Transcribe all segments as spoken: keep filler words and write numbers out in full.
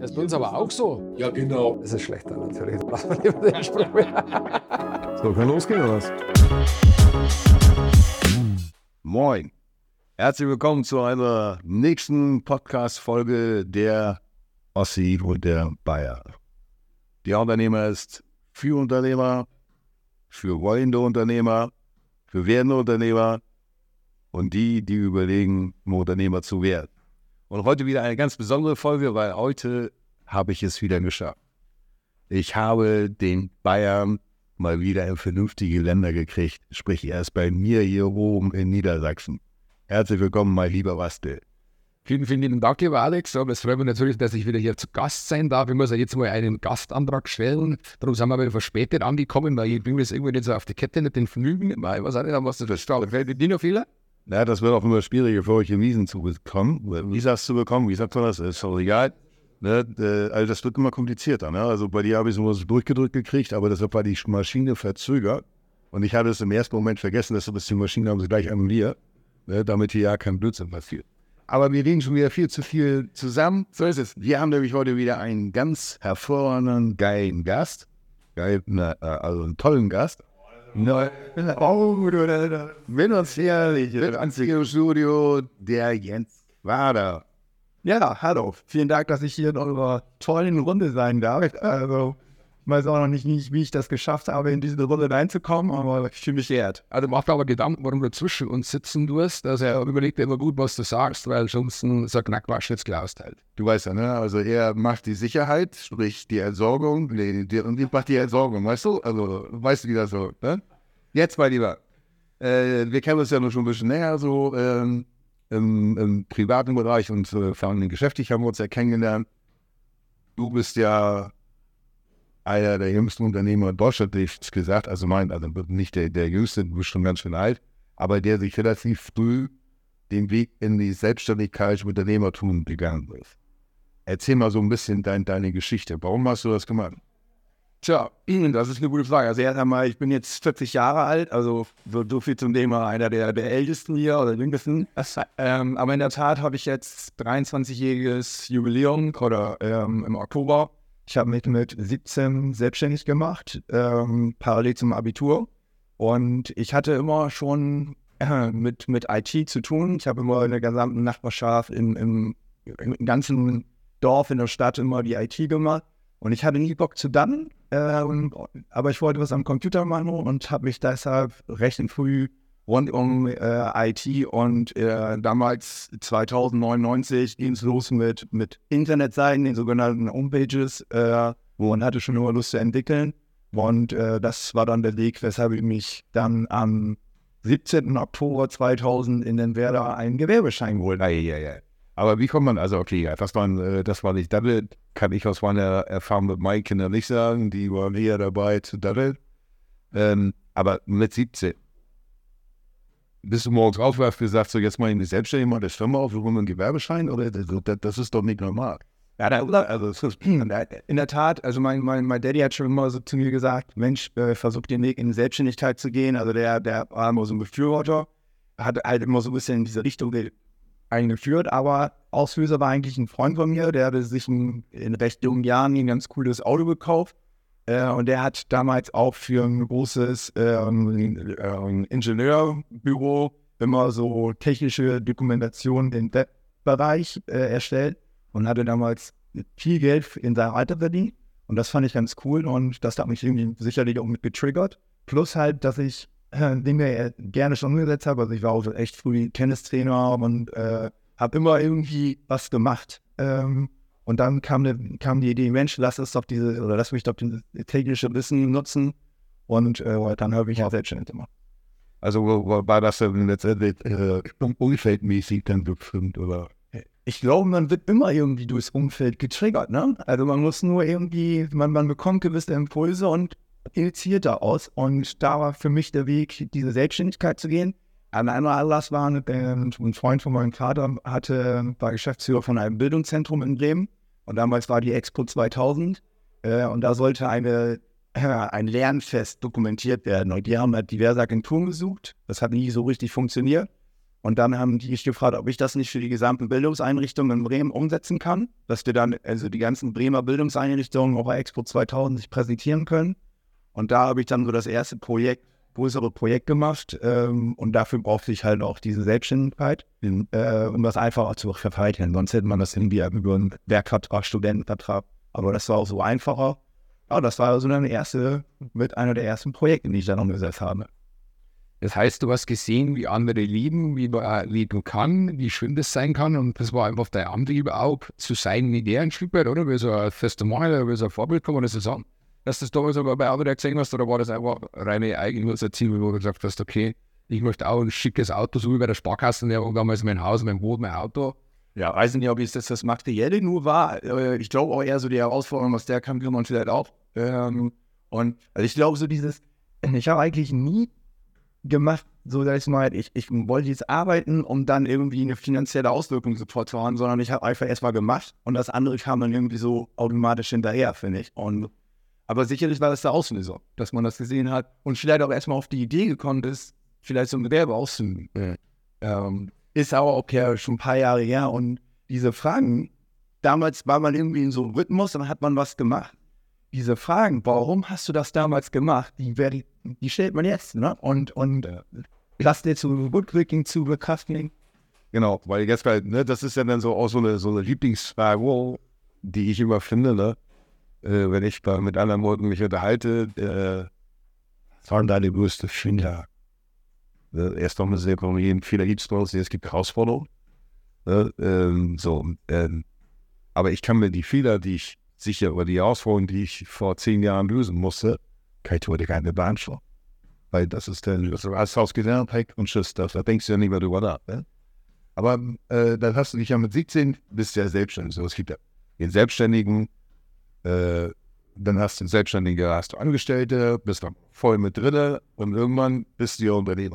Das ist bei uns aber auch so. Ja, genau. Das ist schlechter natürlich. Das lassen wir lieber den Spruch mehr. So, kann losgehen oder was? Moin. Herzlich willkommen zu einer nächsten Podcast-Folge der Ossi und der Bayer. Der Unternehmer ist für Unternehmer, für wollende Unternehmer, für werdende Unternehmer und die, die überlegen, um Unternehmer zu werden. Und heute wieder eine ganz besondere Folge, weil heute habe ich es wieder geschafft. Ich habe den Bayern mal wieder in vernünftige Länder gekriegt, sprich erst bei mir hier oben in Niedersachsen. Herzlich willkommen, mein lieber Bastel. Vielen, vielen lieben Dank, lieber Alex. Aber es freut mich natürlich, dass ich wieder hier zu Gast sein darf. Ich muss ja jetzt mal einen Gastantrag stellen. Darum sind wir wieder verspätet angekommen, weil ich bin jetzt irgendwie nicht so auf die Kette mit den Flügen. Ich weiß auch nicht, was du das staut. Fällt dir noch viele? Ja, das wird auch immer schwieriger für euch, Wiesen zu bekommen. Visas zu bekommen, wie sagt man das? Ist doch egal. Ne? Also das wird immer komplizierter. Ne? Also bei dir habe ich sowas durchgedrückt gekriegt, aber deshalb war die Maschine verzögert. Und ich hatte es im ersten Moment vergessen, dass das die Maschine haben sie gleich annulliert, ne? Damit hier ja kein Blödsinn passiert. Aber wir reden schon wieder viel zu viel zusammen. So ist es. Wir haben nämlich heute wieder einen ganz hervorragenden, geilen Gast. Geil, ne, also einen tollen Gast. No, oh, wenn uns herrlich, das einzige Studio, der Jens Quader. Ja, hallo. Vielen Dank, dass ich hier in eurer tollen Runde sein darf. Also, ich weiß auch noch nicht, wie ich das geschafft habe, in diese Runde reinzukommen, aber ich fühle mich geehrt. Also mach dir aber Gedanken, warum du zwischen uns sitzen tust. Also er überlegt dir immer gut, was du sagst, weil sonst so ein Knackwasch jetzt klaust halt. Du weißt ja, ne? Also er macht die Sicherheit, sprich die Entsorgung, nee, die, und die macht die Entsorgung, weißt du? Also, weißt du, wie das so, ne? Jetzt, mein Lieber, äh, wir kennen uns ja noch schon ein bisschen näher, so ähm, im, im privaten Bereich und äh, vor allem geschäftlich haben wir uns ja kennengelernt. Du bist ja einer der jüngsten Unternehmer in Deutschland, hätte ich gesagt, also mein, also nicht der, der jüngste, du bist schon ganz schön alt, aber der sich relativ früh den Weg in die Selbstständigkeit, Unternehmertum gegangen ist. Erzähl mal so ein bisschen dein, deine Geschichte. Warum hast du das gemacht? Tja, das ist eine gute Frage. Also erst einmal, ich bin jetzt vierzig Jahre alt, also so, so viel zum Thema einer der, der Ältesten hier oder Jüngsten. Ähm, aber in der Tat habe ich jetzt dreiundzwanzigjähriges Jubiläum oder ähm, im Oktober. Ich habe mich mit siebzehn selbstständig gemacht, ähm, parallel zum Abitur. Und ich hatte immer schon äh, mit, mit I T zu tun. Ich habe immer in der gesamten Nachbarschaft, im, im, im ganzen Dorf, in der Stadt immer die I T gemacht. Und ich hatte nie Bock zu dannen, äh, aber ich wollte was am Computer machen und habe mich deshalb recht früh rund um äh, I T und äh, damals zweitausendneunundneunzig ging es los mit, mit Internetseiten, den sogenannten Homepages, äh, und hatte schon immer Lust zu entwickeln. Und äh, das war dann der Weg, weshalb ich mich dann am siebzehnten Oktober zweitausend in den Werder einen Gewerbeschein geholt habe. Ja, ja, ja. Aber wie kommt man, also okay, das war, das war nicht Double, kann ich aus meiner Erfahrung mit meinen Kindern nicht sagen, die waren eher dabei zu Double. Ähm, aber mit siebzehn bist du morgens aufgewacht und gesagt, so jetzt mal in die Selbstständigkeit, mal das Firma auf, warum ein Gewerbeschein? Oder das, das ist doch nicht normal. Ja, da, also in der Tat, also mein, mein, mein Daddy hat schon immer so zu mir gesagt, Mensch, äh, versuch den Weg in die Selbstständigkeit zu gehen. Also der, der war immer so ein Befürworter, hat halt immer so ein bisschen in diese Richtung eingeführt, aber Auslöser war eigentlich ein Freund von mir, der hatte sich in, in recht jungen Jahren ein ganz cooles Auto gekauft äh, und der hat damals auch für ein großes äh, ein Ingenieurbüro immer so technische Dokumentation im Webbereich äh, erstellt und hatte damals viel Geld in seinem Alter verdient und das fand ich ganz cool und das hat mich irgendwie sicherlich auch mit getriggert, plus halt, dass ich Dinge gerne schon umgesetzt habe. Also ich war auch echt früh Tennistrainer und äh, habe immer irgendwie was gemacht. Ähm, und dann kam, ne, kam die Idee, Mensch, lass es doch diese, oder lass mich doch dieses technische Wissen nutzen. Und äh, dann habe ich auch selbstständig gemacht. Also war das dann letztendlich äh, umfeldmäßig dann bestimmt, oder? Ich glaube, man wird immer irgendwie durchs Umfeld getriggert, ne? Also man muss nur irgendwie, man, man bekommt gewisse Impulse und initiiert da aus. Und da war für mich der Weg, diese Selbstständigkeit zu gehen. Ein anderer Anlass war, ein Freund von meinem Vater hatte, war Geschäftsführer von einem Bildungszentrum in Bremen. Und damals war die Expo zweitausend. Äh, und da sollte eine, äh, ein Lernfest dokumentiert werden. Und die haben halt diverse Agenturen gesucht. Das hat nie so richtig funktioniert. Und dann haben die mich gefragt, ob ich das nicht für die gesamten Bildungseinrichtungen in Bremen umsetzen kann, dass wir dann also die ganzen Bremer Bildungseinrichtungen auf der Expo zweitausend sich präsentieren können. Und da habe ich dann so das erste Projekt, größere Projekt gemacht. Ähm, und dafür brauchte ich halt auch diese Selbstständigkeit, äh, um das einfacher zu verwalten. Sonst hätte man das irgendwie über einen Werkvertrag, Studentenvertrag. Aber das war auch so einfacher. Ja, das war also dann erste, mit einer der ersten Projekte, die ich dann umgesetzt habe. Das heißt, du hast gesehen, wie andere leben, wie man leben kann, wie schön das sein kann. Und das war einfach dein Antrieb auch, zu sein wie der ein Stück weit, oder? Wie so ein Testimonial, wie so ein Vorbild, kann man das so sagen? Dass du das damals aber bei anderen gesehen hast, oder war das einfach reine Eigennutzerziel, wo du gesagt hast, okay, ich möchte auch ein schickes Auto, so wie bei der Sparkasse, der war damals mein Haus, mein Boot, mein Auto. Ja, weiß nicht, ob es das, das Materielle nur war. Ich glaube auch eher so die Herausforderung, was der kann, kann man vielleicht auch. Ähm, und also ich glaube so dieses, ich habe eigentlich nie gemacht, so dass ich mal, ich, ich wollte jetzt arbeiten, um dann irgendwie eine finanzielle Auswirkung sofort zu haben, sondern ich habe einfach erstmal gemacht und das andere kam dann irgendwie so automatisch hinterher, finde ich. Und, aber sicherlich war das der Auslöser, dass man das gesehen hat und vielleicht auch erstmal auf die Idee gekommen ist, vielleicht so ein Gewerbe auszuüben. Mhm. Ähm, ist aber auch ja schon ein paar Jahre her und diese Fragen, damals war man irgendwie in so einem Rhythmus, dann hat man was gemacht. Diese Fragen, warum hast du das damals gemacht, die, die, die stellt man jetzt, ne? Und, und äh, lass dir zu Rückwirkung, zu Bekraftigung. Genau, weil jetzt, weil, ne, das ist ja dann so auch so eine, so eine Lieblingsfrage, die ich immer finde, ne? Äh, wenn ich da mit anderen Leuten mich unterhalte, äh, was waren deine größte Fehler? Äh, erst noch mal sehr jeden Fehler gibt es draus, es gibt Herausforderungen. Ne? Ähm, so, ähm, aber ich kann mir die Fehler, die ich sicher, oder die Herausforderungen, die ich vor zehn Jahren lösen musste, kann ich heute keine beantworten. Weil das ist dann, du hast ausgelernt, Heck und Tschüss, da, da denkst du ja nicht mehr drüber nach. Ne? Aber äh, dann hast du dich ja mit siebzehn, bist ja selbstständig. So, es gibt ja den Selbstständigen, äh, dann hast du den Selbstständigen, hast du Angestellte, bist dann voll mit drin und irgendwann bist du ja Unternehmer.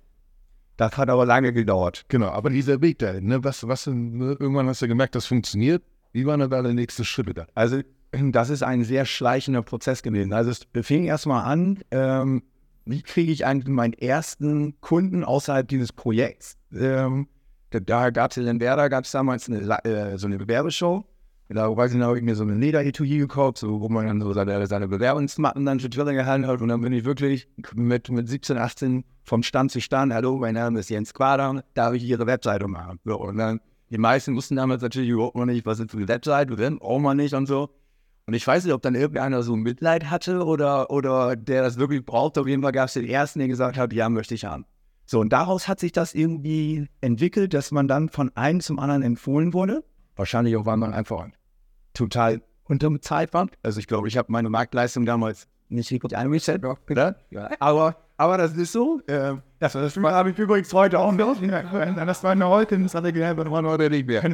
Das hat aber lange gedauert. Genau, aber dieser Weg dahin, ne, was, was, ne, irgendwann hast du gemerkt, das funktioniert. Wie waren da der nächste Schritt da? Also, das ist ein sehr schleichender Prozess gewesen. Also, es fing erstmal an, ähm, wie kriege ich eigentlich meinen ersten Kunden außerhalb dieses Projekts? Ähm, da gab es in Werder, gab es damals eine, äh, so eine Bewerbeshow. Da weiß ich noch, habe ich mir so eine Lederetui gekauft, so, wo man dann so seine, seine Bewerbungsmappen dann für Twitter gehalten hat. Und dann bin ich wirklich mit, mit siebzehn, achtzehn vom Stand zu Stand. Hallo, mein Name ist Jens Quader, darf ich Ihre Webseite machen? So, und dann die meisten wussten damals natürlich überhaupt noch nicht, was ist für eine Website, brauchen wir nicht und so. Und ich weiß nicht, ob dann irgendeiner so Mitleid hatte oder, oder der das wirklich brauchte. Auf jeden Fall gab es den ersten, der gesagt hat, ja, möchte ich haben. So, und daraus hat sich das irgendwie entwickelt, dass man dann von einem zum anderen empfohlen wurde. Wahrscheinlich auch, weil man einfach total unterbezahlt war. Also ich glaube, ich habe meine Marktleistung damals nicht richtig eingestellt, ja. aber, aber das ist so. Äh, das das habe ich übrigens heute auch noch. Das war eine heute, das hatte ich heute nicht mehr.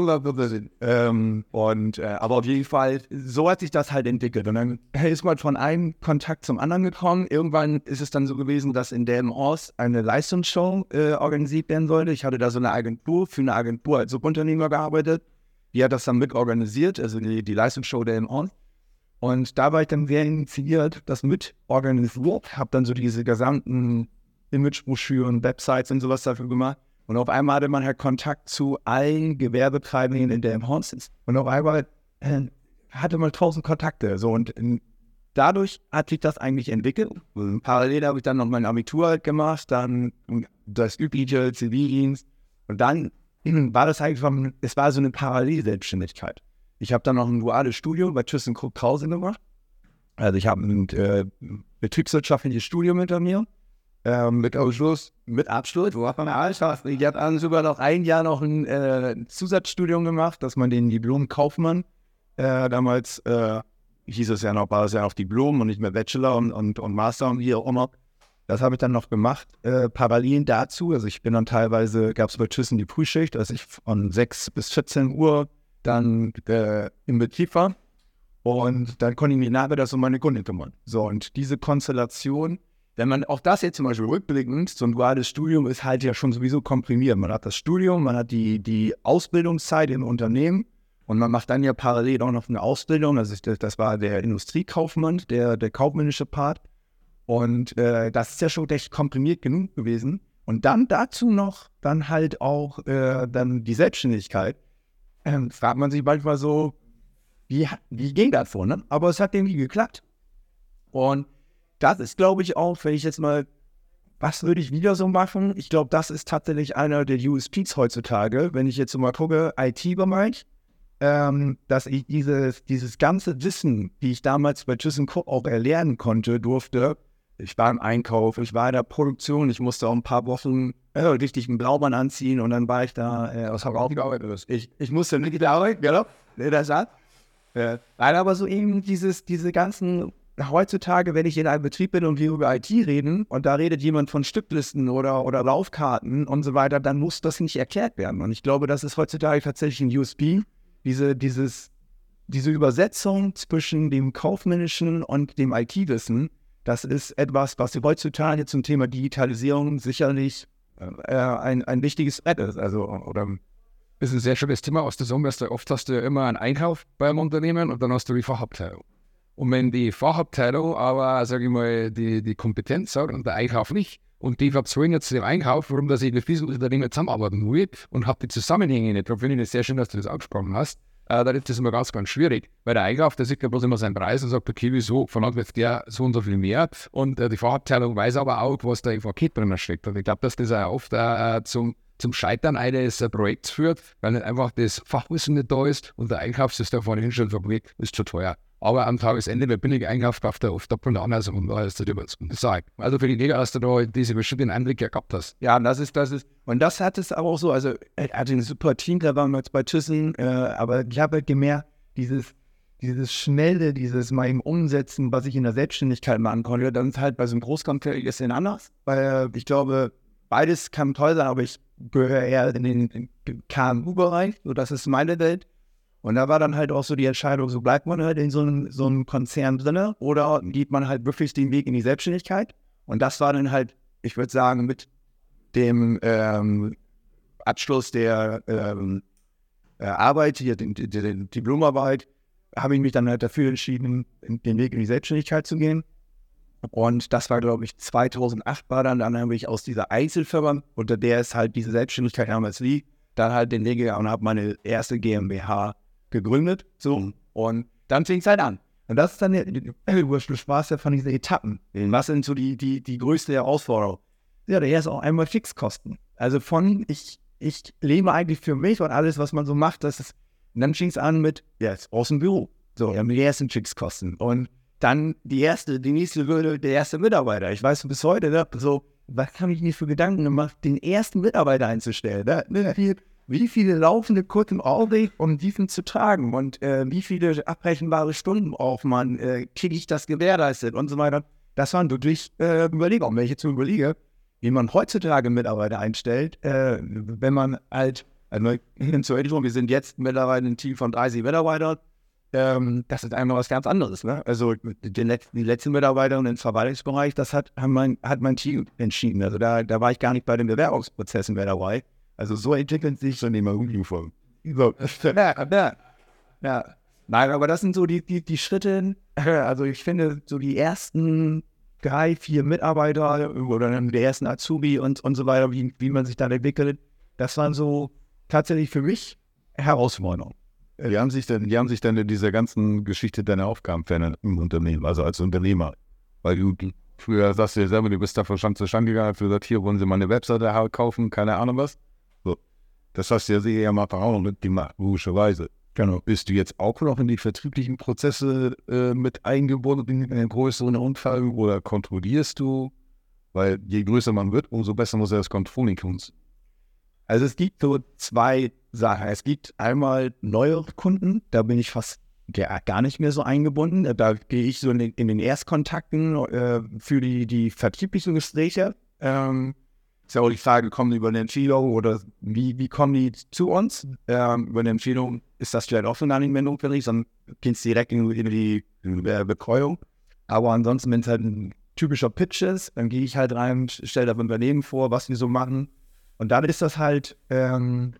Ähm, und, äh, aber auf jeden Fall, so hat sich das halt entwickelt. Und dann ist man von einem Kontakt zum anderen gekommen. Irgendwann ist es dann so gewesen, dass in Delmenhorst eine Leistungsshow äh, organisiert werden sollte. Ich hatte da so eine Agentur, für eine Agentur als Subunternehmer gearbeitet. Die hat das dann mit organisiert, also die, die Leistungsshow Delmenhorst. Und da war ich dann sehr initiiert, das mit organisiert, habe dann so diese gesamten Imagebroschüren, Websites und sowas dafür gemacht. Und auf einmal hatte man halt Kontakt zu allen Gewerbetreibenden in Delmenhorst. Und auf einmal äh, hatte man tausend Kontakte. So, und in, dadurch hat sich das eigentlich entwickelt. Und parallel habe ich dann noch mein Abitur halt gemacht, dann das übliche Zivildienst. Und dann war das eigentlich, es war so eine Parallelselbstständigkeit. Ich habe dann noch ein duales Studium bei ThyssenKrupp Krause gemacht. Also ich habe ein äh, betriebswirtschaftliches Studium hinter mir. Ähm, mit Abschluss. Mit Abschluss. Wo hat man alles? Ich habe dann sogar noch ein Jahr noch ein äh, Zusatzstudium gemacht, dass man den Diplom-Kaufmann, äh, damals äh, hieß es ja noch, war es ja noch Diplom und nicht mehr Bachelor und, und, und Master und wie auch immer. Das habe ich dann noch gemacht, äh, parallel dazu. Also ich bin dann teilweise, gab es bei Thyssen die Frühschicht, dass ich von sechs bis vierzehn Uhr dann äh, im Betrieb war. Und dann konnte ich mich nachmittags um meine Kunden kümmern. So, und diese Konstellation, wenn man auch das jetzt zum Beispiel rückblickend, so ein duales Studium ist halt ja schon sowieso komprimiert. Man hat das Studium, man hat die, die Ausbildungszeit im Unternehmen und man macht dann ja parallel auch noch eine Ausbildung. Also ich, das war der Industriekaufmann, der, der kaufmännische Part. Und äh, das ist ja schon recht komprimiert genug gewesen. Und dann dazu noch dann halt auch äh, dann die Selbstständigkeit. Ähm, fragt man sich manchmal so, wie, wie ging das so, ne? Aber es hat irgendwie geklappt. Und das ist, glaube ich, auch, wenn ich jetzt mal, was würde ich wieder so machen? Ich glaube, das ist tatsächlich einer der U S Ps heutzutage, wenn ich jetzt so mal gucke, I T-Bereich, ähm, dass ich dieses, dieses ganze Wissen, die ich damals bei ThyssenKrupp auch erlernen konnte, durfte. Ich war im Einkauf, ich war in der Produktion, ich musste auch ein paar Wochen äh, richtig einen Blaumann anziehen und dann war ich da, äh, was habe ich auch gearbeitet? Ich, ich musste nicht arbeiten, genau, das hat. Äh, nein, aber so eben dieses, diese ganzen, heutzutage, wenn ich in einem Betrieb bin und wir über I T reden und da redet jemand von Stücklisten oder, oder Laufkarten und so weiter, dann muss das nicht erklärt werden. Und ich glaube, das ist heutzutage tatsächlich ein U S P, diese, dieses, diese Übersetzung zwischen dem kaufmännischen und dem I T-Wissen. Das ist etwas, was heutzutage zum Thema Digitalisierung sicherlich äh, ein, ein wichtiges Brett ist. Also, oder Das ist ein sehr schönes Thema aus der Sommermester. Oft hast du ja immer einen Einkauf beim Unternehmen und dann hast du die Fachabteilung. Und wenn die Fachabteilung aber, sage ich mal, die, die Kompetenz hat und der Einkauf nicht, und die verzwingen jetzt dem Einkauf, warum dass ich mit diesem Unternehmen zusammenarbeiten will und habe die Zusammenhänge nicht. Darum finde ich es sehr schön, dass du das angesprochen hast. Äh, da ist das immer ganz, ganz schwierig, weil der Einkauf, der sieht ja bloß immer seinen Preis und sagt, okay, wieso verlangt jetzt der so und so viel mehr? Und äh, die Fachabteilung weiß aber auch, was da im Paket drin steckt. Und ich glaube, dass das auch oft äh, zum, zum Scheitern eines äh, Projekts führt, weil nicht einfach das Fachwissen nicht da ist und der Einkaufssystem vorne hinstellt und sagt, ist zu teuer. Aber am Tagesende, wer billig einkauft, kauft er oft doppelt anders und da ist das über zu sagen. Also für die Neger hast du da diese bestimmten Einblick gehabt hast. Ja, das ist, das ist, und das hat es aber auch so, also er hatte ein super Team, da waren wir jetzt bei Thyssen, äh, aber ich habe halt gemerkt, dieses, dieses Schnelle, dieses mal im Umsetzen, was ich in der Selbstständigkeit machen konnte, dann ist halt bei so einem Großkonzern ein bisschen anders, weil ich glaube, beides kann toll sein, aber ich gehöre eher in den K M U-Bereich, so das ist meine Welt. Und da war dann halt auch so die Entscheidung, so bleibt man halt in so einem, so einem Konzern drin oder geht man halt wirklich den Weg in die Selbstständigkeit. Und das war dann halt, ich würde sagen, mit dem ähm, Abschluss der ähm, äh, Arbeit, hier den, den, den Diplomarbeit, habe ich mich dann halt dafür entschieden, den Weg in die Selbstständigkeit zu gehen. Und das war, glaube ich, zweitausendacht war dann, dann habe ich aus dieser Einzelfirma, unter der es halt diese Selbstständigkeit damals lief, dann halt den Weg gegangen und habe meine erste GmbH gegründet, so, mhm. Und dann fing es halt an. Und das ist dann der Spaß von diesen Etappen. Mhm. Was sind so die, die, die größte Herausforderung? Ja, der erste auch einmal Fixkosten. Also von, ich, ich lebe eigentlich für mich und alles, was man so macht, das ist, und dann fing es an mit, ja, jetzt aus dem Büro. So, ja, die ersten Fixkosten. Und dann die erste, die nächste Hürde, der erste Mitarbeiter. Ich weiß bis heute, ne, so, was habe ich mir für Gedanken gemacht, den ersten Mitarbeiter einzustellen? Ne? Wie, wie viele laufende Kunden im Augenblick, um diesen zu tragen und äh, wie viele abrechenbare Stunden braucht man, äh, kriege ich das gewährleistet und so weiter. Das waren wirklich äh, Überlegungen, wenn ich jetzt so überlege, wie man heutzutage Mitarbeiter einstellt, äh, wenn man halt, also zur Erinnerung, wir sind jetzt mittlerweile ein Team von dreißig Mitarbeitern, ähm, das ist einmal was ganz anderes. Ne? Also die, letzten, die letzten Mitarbeiter im Verwaltungsbereich, das hat, haben mein, hat mein Team entschieden. Also da, da war ich gar nicht bei den Bewerbungsprozessen mehr dabei. Also so entwickelt sich schon immer Uniform. So. Ja, ja, ja. Nein, aber das sind so die, die, die Schritte. Also ich finde, so die ersten drei, vier Mitarbeiter oder dann der ersten Azubi und, und so weiter, wie, wie man sich da entwickelt, das waren so tatsächlich für mich Herausforderungen. Wie haben sich denn, wie haben sich denn in dieser ganzen Geschichte deine Aufgaben verändert im Unternehmen, also als Unternehmer? Weil du früher sagst du ja selber, du bist da von Stand zu Stand gegangen, hast gesagt, hier wollen sie mal eine Webseite kaufen, keine Ahnung was. So. Das hast du ja sicher ja mal auch mitgemacht, logischerweise. Genau. Bist du jetzt auch noch in die vertrieblichen Prozesse äh, mit eingebunden, in einen größeren Unfall oder kontrollierst du? Weil je größer man wird, umso besser muss er das Controlling tun. Also es gibt so zwei Sachen. Es gibt einmal neue Kunden, da bin ich fast gar nicht mehr so eingebunden. Da gehe ich so in den, in den Erstkontakten äh, für die, die vertrieblichen Gespräche. Ähm, ist ja auch die Frage, kommen die über eine Empfehlung oder wie, wie kommen die zu uns? Ähm, über eine Empfehlung ist das vielleicht auch schon gar nicht mehr notwendig, sondern geht es direkt in, in die in die Betreuung. Aber ansonsten, wenn es halt ein typischer Pitch ist, dann gehe ich halt rein, stelle das Unternehmen vor, was wir so machen. Und dann ist das halt, ähm,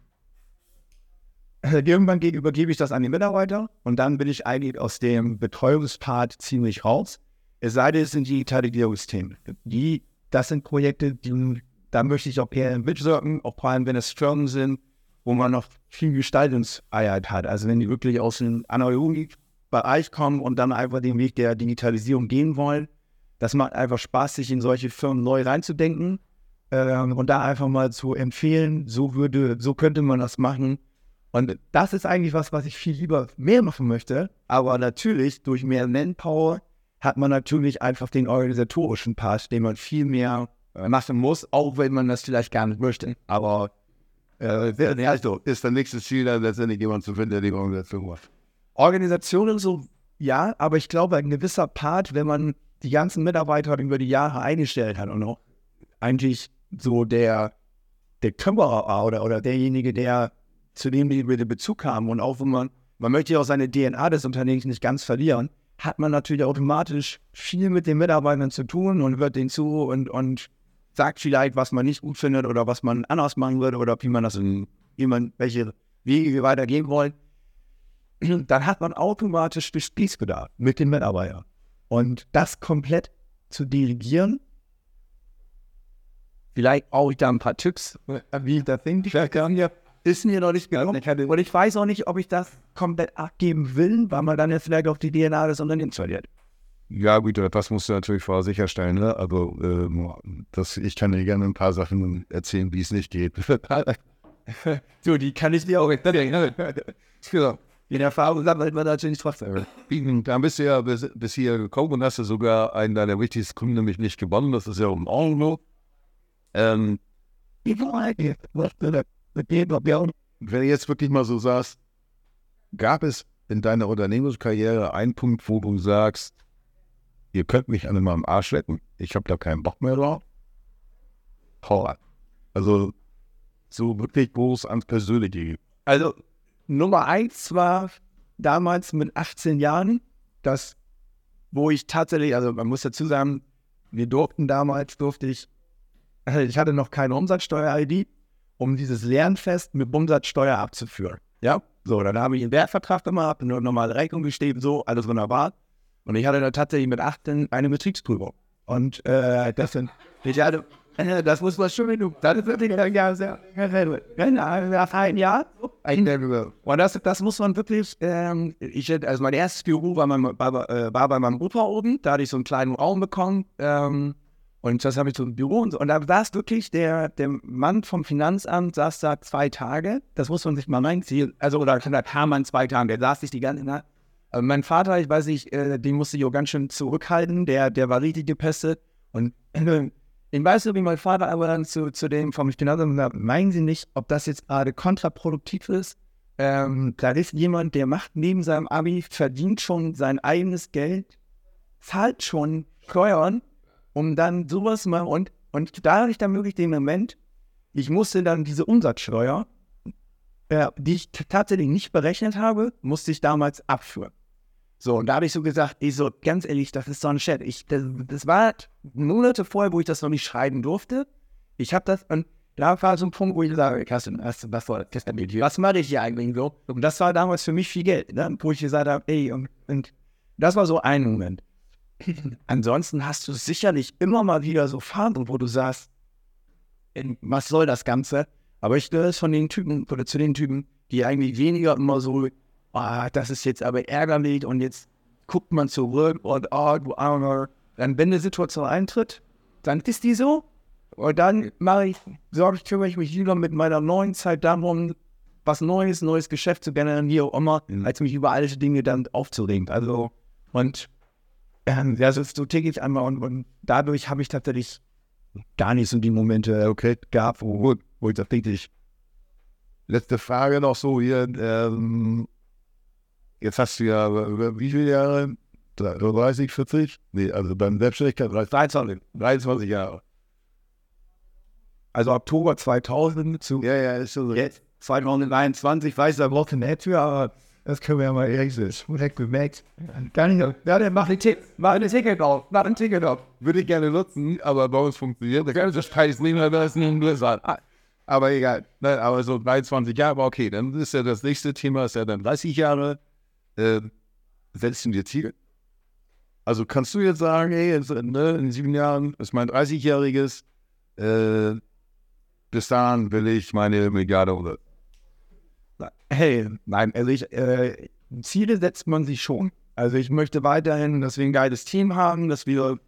irgendwann übergebe ich das an die Mitarbeiter und dann bin ich eigentlich aus dem Betreuungspart ziemlich raus. Es sei denn, es sind Digitalisierungsthemen. Die, das sind Projekte, die da möchte ich auch eher mitwirken, auch vor allem, wenn es Firmen sind, wo man noch viel Gestaltungsfreiheit hat. Also wenn die wirklich aus dem analogen Bereich kommen und dann einfach den Weg der Digitalisierung gehen wollen, das macht einfach Spaß, sich in solche Firmen neu reinzudenken ähm, und da einfach mal zu empfehlen, so würde, so könnte man das machen. Und das ist eigentlich was, was ich viel lieber mehr machen möchte. Aber natürlich, durch mehr Manpower hat man natürlich einfach den organisatorischen Part, den man viel mehr äh, machen muss, auch wenn man das vielleicht gar nicht möchte. Aber äh, ja, also ist das nächste Ziel dann letztendlich jemand zu finden, der die Organisation macht. Organisationen so, ja, aber ich glaube, ein gewisser Part, wenn man die ganzen Mitarbeiter über die Jahre eingestellt hat und auch eigentlich so der, der Kümmerer war oder, oder derjenige, der zu dem wir den Bezug haben und auch wenn man, man möchte ja auch seine D N A des Unternehmens nicht ganz verlieren, hat man natürlich automatisch viel mit den Mitarbeitern zu tun und hört denen zu und, und sagt vielleicht, was man nicht gut findet oder was man anders machen würde oder wie man das, wie man, welche Wege wir weitergehen wollen. Dann hat man automatisch Gesprächsbedarf mit den Mitarbeitern. Und das komplett zu delegieren, vielleicht brauche ich da ein paar Tipps, wie ich das denke, ist mir noch nicht gekommen. Und ich weiß auch nicht, ob ich das komplett abgeben will, weil man dann jetzt vielleicht auf die D N A des Unternehmens verliert. Ja gut, das musst du natürlich vorher sicherstellen. Ne? Also äh, das, ich kann dir gerne ein paar Sachen erzählen, wie es nicht geht. So, die kann ich dir auch erzählen. In Erfahrung sammelt man natürlich trotzdem. Dann bist du ja bis, bis hier gekommen und hast du sogar einen deiner wichtigsten Kunden nämlich nicht gewonnen. Das ist ja um Euro. Ähm, wenn du jetzt wirklich mal so sagst, gab es in deiner Unternehmenskarriere einen Punkt, wo du sagst, ihr könnt mich alle mal am Arsch lecken, ich habe da keinen Bock mehr drauf? Horror. Also so wirklich groß ans Persönliche geht. Also Nummer eins war damals mit achtzehn Jahren, das, wo ich tatsächlich, also man muss dazu sagen, wir durften damals, durfte ich, also ich hatte noch keine Umsatzsteuer-I D, um dieses Lernfest mit Umsatzsteuer abzuführen. Ja, so, dann habe ich einen Wertvertrag gemacht, eine normale Rechnung geschrieben, so, alles wunderbar. Und ich hatte dann tatsächlich mit achtzehn eine Betriebsprüfung. Und äh, das sind, ich hatte, das muss man schon genug. Das ist wirklich ja sehr, nach ein Jahr. Und das, das muss man wirklich, ähm, ich, also mein erstes Büro war, mein, war, war bei meinem Opa oben, da hatte ich so einen kleinen Raum bekommen, ähm, und das habe ich so ein Büro und so. Und da saß wirklich der, der Mann vom Finanzamt, saß da zwei Tage, das muss man sich mal reinziehen, also oder da kam man zwei Tage, der saß sich die ganze Zeit. Also mein Vater, ich weiß nicht, äh, den musste ich auch ganz schön zurückhalten, der, der war richtig gepestet. Und äh, ich weiß nicht, wie mein Vater aber dann zu, zu dem vom Finanzamt sagt, meinen Sie nicht, ob das jetzt gerade kontraproduktiv ist? Ähm, da ist jemand, der macht neben seinem Abi, verdient schon sein eigenes Geld, zahlt schon Steuern, um dann sowas mal, und, und da hatte ich dann wirklich den Moment, ich musste dann diese Umsatzsteuer, äh, die ich t- tatsächlich nicht berechnet habe, musste ich damals abführen. So, und da habe ich so gesagt, ich so, ganz ehrlich, das ist so ein Chat. Ich, das, das war Monate vorher, wo ich das noch nicht schreiben durfte. Ich habe das, und da war so ein Punkt, wo ich sage, Carsten, was, was, was, was mache ich hier eigentlich so? Und das war damals für mich viel Geld, ne? Wo ich gesagt habe, ey, und, und das war so ein Moment. Ansonsten hast du sicherlich immer mal wieder so Phasen, wo du sagst, was soll das Ganze? Aber ich gehöre von den Typen, oder zu den Typen, die eigentlich weniger immer so, ah, das ist jetzt aber ärgerlich und jetzt guckt man zurück und ah, du armer. Dann, wenn eine Situation eintritt, dann ist die so. Und dann mache ich, sorge ich, kümmere ich mich lieber mit meiner neuen Zeit darum, was Neues, neues Geschäft zu generieren, wie auch immer, mhm. als mich über alte Dinge dann aufzuregen. Also, und ähm, ja, so, so ticke ich einmal und, und dadurch habe ich tatsächlich gar nicht so die Momente okay, gehabt, wo, wo ich da denke ich. Letzte Frage noch so hier, ähm, jetzt hast du ja über wie viele Jahre? dreißig, vierzig? Nee, also dann Selbstständigkeit dreiundzwanzig, dreiundzwanzig Jahre. Also Oktober zweitausend zu ja, ja, ist so jetzt zweitausendeinundzwanzig, weiß da braucht ein Netz für, aber das können wir ja mal ehrlich sein. Direkt gemerkt. Gar nicht. Ja, dann mach ein Ticket, mach ein Ticket auf, mach ein Ticket auf. Würde ich gerne nutzen, aber bei uns funktioniert. Da kann ich das Preis nicht mehr, das nicht nur sagen. Aber egal. Nein, aber so dreiundzwanzig Jahre, aber okay, dann ist ja das nächste Thema, ist ja dann dreißig Jahre. Äh, setzt du dir Ziele? Also kannst du jetzt sagen, hey, jetzt, ne, in sieben Jahren ist mein dreißigjähriges, äh, bis dahin will ich meine Milliarde oder. Hey, nein, also ich, äh, Ziele setzt man sich schon. Also ich möchte weiterhin, dass wir ein geiles Team haben, dass wir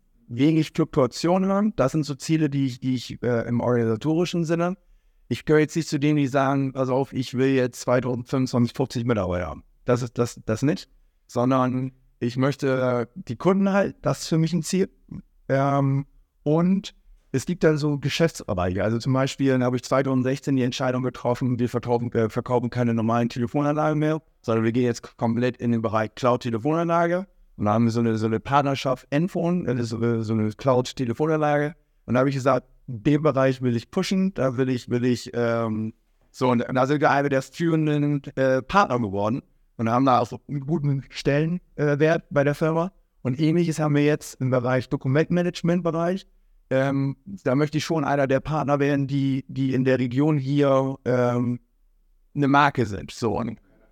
wenig Fluktuation haben. Das sind so Ziele, die ich, die ich äh, im organisatorischen Sinne. Ich gehöre jetzt nicht zu denen, die sagen, pass auf, ich will jetzt zwanzig fünfundzwanzig fünfzig Mitarbeiter haben. Das ist das, das nicht. Sondern ich möchte äh, die Kunden halt, das ist für mich ein Ziel. Ähm, und es gibt dann so Geschäftsbereiche. Also zum Beispiel habe ich zwanzig sechzehn die Entscheidung getroffen, wir verkaufen, äh, verkaufen keine normalen Telefonanlagen mehr, sondern wir gehen jetzt komplett in den Bereich Cloud-Telefonanlage. Und da haben wir so eine, so eine Partnerschaft Enphone, das ist so, so eine Cloud-Telefonanlage. Und da habe ich gesagt, den Bereich will ich pushen, da will ich, will ich, ähm, so, und da sind wir einer der führenden äh, Partner geworden und haben da auch so einen guten Stellenwert äh, bei der Firma. Und ähnliches haben wir jetzt im Bereich Dokumentmanagement-Bereich. Ähm, da möchte ich schon einer der Partner werden, die, die in der Region hier ähm, eine Marke sind. So.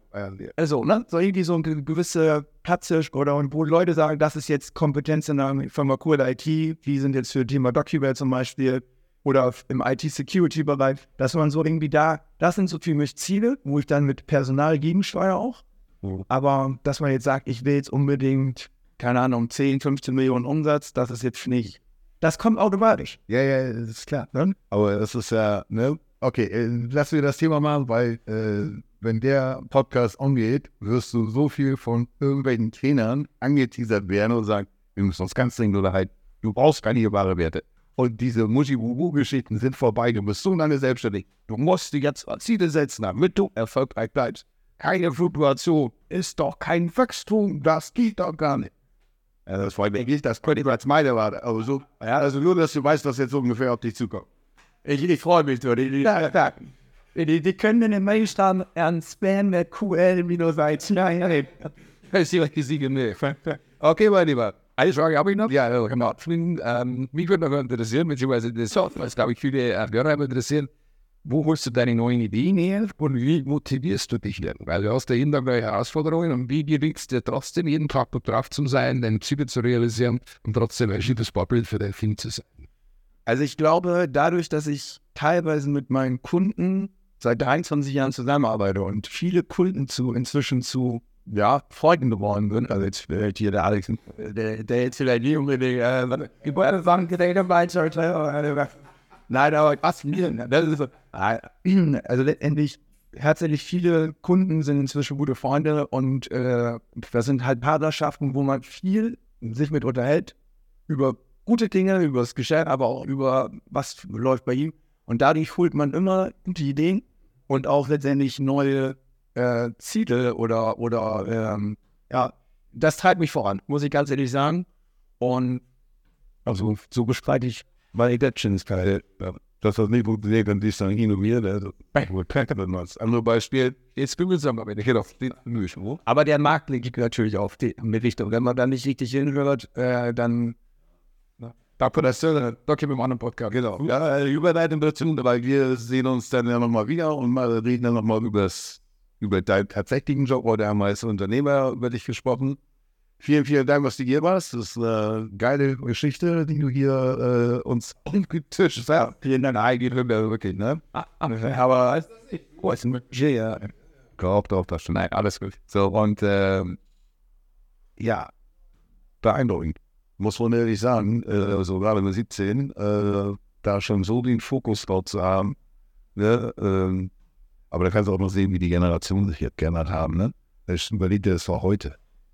Also, ne? So irgendwie so eine gewisse Platze oder wo Leute sagen, das ist jetzt Kompetenz in der Firma Cool I T, die sind jetzt für Thema DocuWare zum Beispiel oder im I T-Security-Bereich, dass man so irgendwie da, das sind so für mich Ziele, wo ich dann mit Personal gegensteuere auch. Mhm. Aber dass man jetzt sagt, ich will jetzt unbedingt, keine Ahnung, zehn, fünfzehn Millionen Umsatz, das ist jetzt nicht. Das kommt automatisch. Ja, ja, das ist klar. Ne? Aber das ist ja, ne? Okay, äh, lass mir das Thema machen, weil äh, wenn der Podcast umgeht, wirst du so viel von irgendwelchen Trainern angeteasert werden und sagen, wir müssen uns ganz dringend unterhalten. Du brauchst keine wahre Werte. Und diese Muschi-Wubu-Geschichten sind vorbei. Du bist so lange selbstständig. Du musst dir jetzt Ziele setzen, damit du erfolgreich bleibst. Keine Fluktuation ist doch kein Wachstum. Das geht doch gar nicht. Ja, das freut mich nicht. Das könnte ich als meine Warte. Aber so, ja, also nur, dass du weißt, was jetzt ungefähr auf dich zukommt. Ich, ich freue mich so. Die, die, ja, ja. die, die können in den Mail schreiben, an Spam mit Q L minus eins. Nein, nein. Das ist direkt die Siege. Nee. Okay, mein Lieber. Eine Frage habe ich noch. Ja, genau. Ähm, mich würde noch interessieren, beziehungsweise das was, glaube ich, viele Hörer interessieren. Wo holst du deine neuen Ideen her und wie motivierst du dich denn? Weil du hast dahinter neue Herausforderungen und wie gewinnst du trotzdem jeden Tag drauf zu sein, deine Ziele zu realisieren und trotzdem ein schiefes Vorbild für dein Team zu sein? Also ich glaube, dadurch, dass ich teilweise mit meinen Kunden seit dreiundzwanzig Jahren zusammenarbeite und viele Kunden zu inzwischen zu ja, Freunden geworden sind, also jetzt vielleicht hier der Alex, der, der jetzt vielleicht nie unbedingt, äh, ich wollte sagen, der dabei sollte, nein, aber was mir, das ist so, also letztendlich, tatsächlich viele Kunden sind inzwischen gute Freunde und äh, das sind halt Partnerschaften, wo man viel sich mit unterhält, über gute Dinge, über das Geschäft, aber auch über was läuft bei ihm und dadurch holt man immer gute Ideen und auch letztendlich neue äh, Ziele oder, oder ähm, ja, das treibt mich voran, muss ich ganz ehrlich sagen und also so bestreite ich meine Identitätsfähigkeit. Dass das nicht funktioniert, dann ist dann innoviert. Also, das andere Beispiel, jetzt bin ich zusammen, aber ich hätte auf den Mühe. Aber der Markt liegt natürlich auf die Richtung. Wenn man da nicht richtig hinhört, äh, dann da kommt das da kommt im anderen Podcast. Genau. Ja, Überleitung dazu, weil wir sehen uns dann ja nochmal wieder und mal reden dann nochmal über deinen tatsächlichen Job oder haben wir als Unternehmer über dich gesprochen. Vielen, vielen Dank, dass du hier warst. Das ist eine geile Geschichte, die du hier äh, uns umgetischt hast. Vielen Dank, eigentlich wirklich, ne? Aber wo ist denn ja, gehofft auf das schon. Nein, alles gut. So, und ähm, ja, beeindruckend. Muss man ehrlich sagen, äh, so gerade mit siebzehn, äh, da schon so den Fokus drauf zu haben. Ne? Ähm, aber da kannst du auch noch sehen, wie die Generationen sich jetzt geändert haben. Ne? Ich überlege das war heute.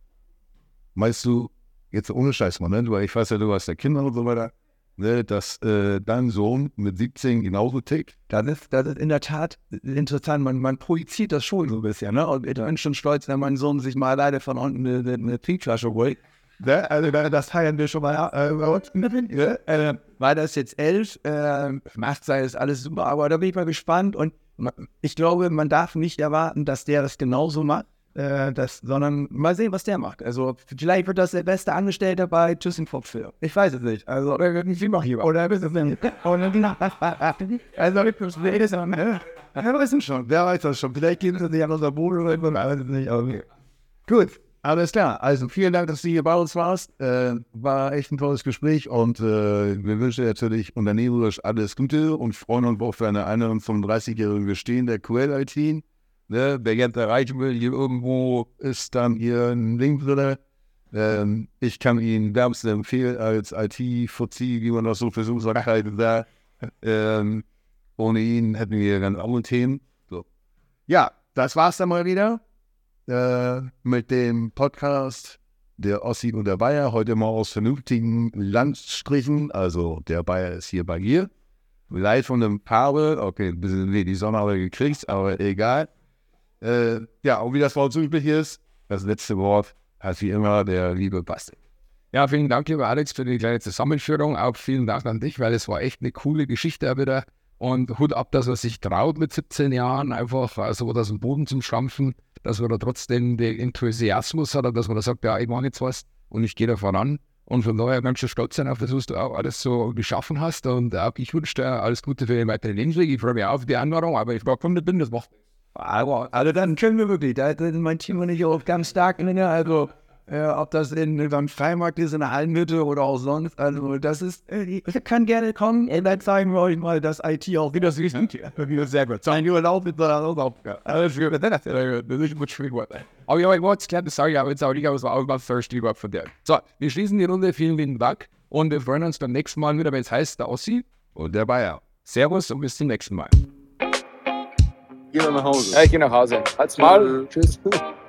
Meinst du, jetzt ohne Scheiß mal, ne? Weil ich weiß ja, du hast ja Kinder und so weiter, ne? Dass äh, dein Sohn mit siebzehn genauso tickt? Das ist, das ist in der Tat interessant. Man, man projiziert das schon so ein bisschen. Ne? Und ich bin schon stolz, wenn mein Sohn sich mal alleine von unten eine, eine Trinkflasche holt. Ne? Also das feiern wir schon mal. Äh, äh, weil das jetzt elf, äh, macht sei es alles super, aber da bin ich mal gespannt. Und ich glaube, man darf nicht erwarten, dass der das genauso macht. Äh, das, sondern mal sehen, was der macht. Also vielleicht wird das der beste Angestellte bei ThyssenKrupp für. Ich weiß es nicht. Also oder wie mache ich oder ist es nicht? Also ich verstehe es ja, ne? Wer weiß es schon? Wer weiß das schon? Vielleicht geben sie sich an unser Boden oder ich weiß es nicht. Okay. Gut. Alles klar. Also vielen Dank, dass du hier bei uns warst. Äh, war echt ein tolles Gespräch und äh, wir wünschen dir natürlich unternehmerisch alles Gute und freuen uns auf deine hundertfünfunddreißigjährige Bestehen der Q L I T. Ne? Wer jetzt erreichen will, hier irgendwo ist dann hier ein Link drin. Ähm, ich kann ihn wärmstens empfehlen als I T-Fuzzi, wie man das so versucht zu sagen. Da. Ähm, ohne ihn hätten wir ganz andere Themen. So. Ja, das war's dann mal wieder. Äh, mit dem Podcast der Ossi und der Bayer, heute mal aus vernünftigen Landstrichen, also der Bayer ist hier bei mir, live von dem Paare, okay, ein bisschen, nee, die Sonne haben wir gekriegt, aber egal. Äh, ja, und wie das bei uns üblich ist, das letzte Wort hat wie immer der liebe Basti. Ja, vielen Dank, lieber Alex, für die kleine Zusammenführung. Auch vielen Dank an dich, weil es war echt eine coole Geschichte auch wieder. Und Hut ab, dass er sich traut mit siebzehn Jahren, einfach also aus dem Boden zum Stampfen, dass man da trotzdem den Enthusiasmus hat, dass man da sagt, ja, ich mache jetzt was und ich gehe da voran. Und von daher ganz schön stolz sein auf das, was du auch alles so geschaffen hast. Und auch ich wünsche dir alles Gute für den weiteren Lebensweg. Ich freue mich auch auf die Anwendung, aber ich glaube, bin, das macht. Also, also dann können wir wirklich, da ist mein Team und ich auch ganz stark in der, also äh, ob das in beim Freimarkt ist, in der Hallenhütte oder auch sonst, also das ist, äh, ich kann gerne kommen und dann zeigen wir euch mal das I T auch, wie das ist. Wieder sehr gut. Sein Urlaub ist da auch. Alles gut. Das ist gut schwierig. Aber ja, ich wollte es klären, sorry, aber jetzt auch nicht, aber es war auch ganz thirsty überhaupt von dir. So, wir schließen die Runde, vielen lieben Dank und wir freuen uns beim nächsten Mal wieder, wenn es heißt, der Ossi Und der Bayer. Servus und bis zum nächsten Mal. Gehen wir nach Hause. Ja, ich gehe nach Hause. Halt's Maul. Tschüss.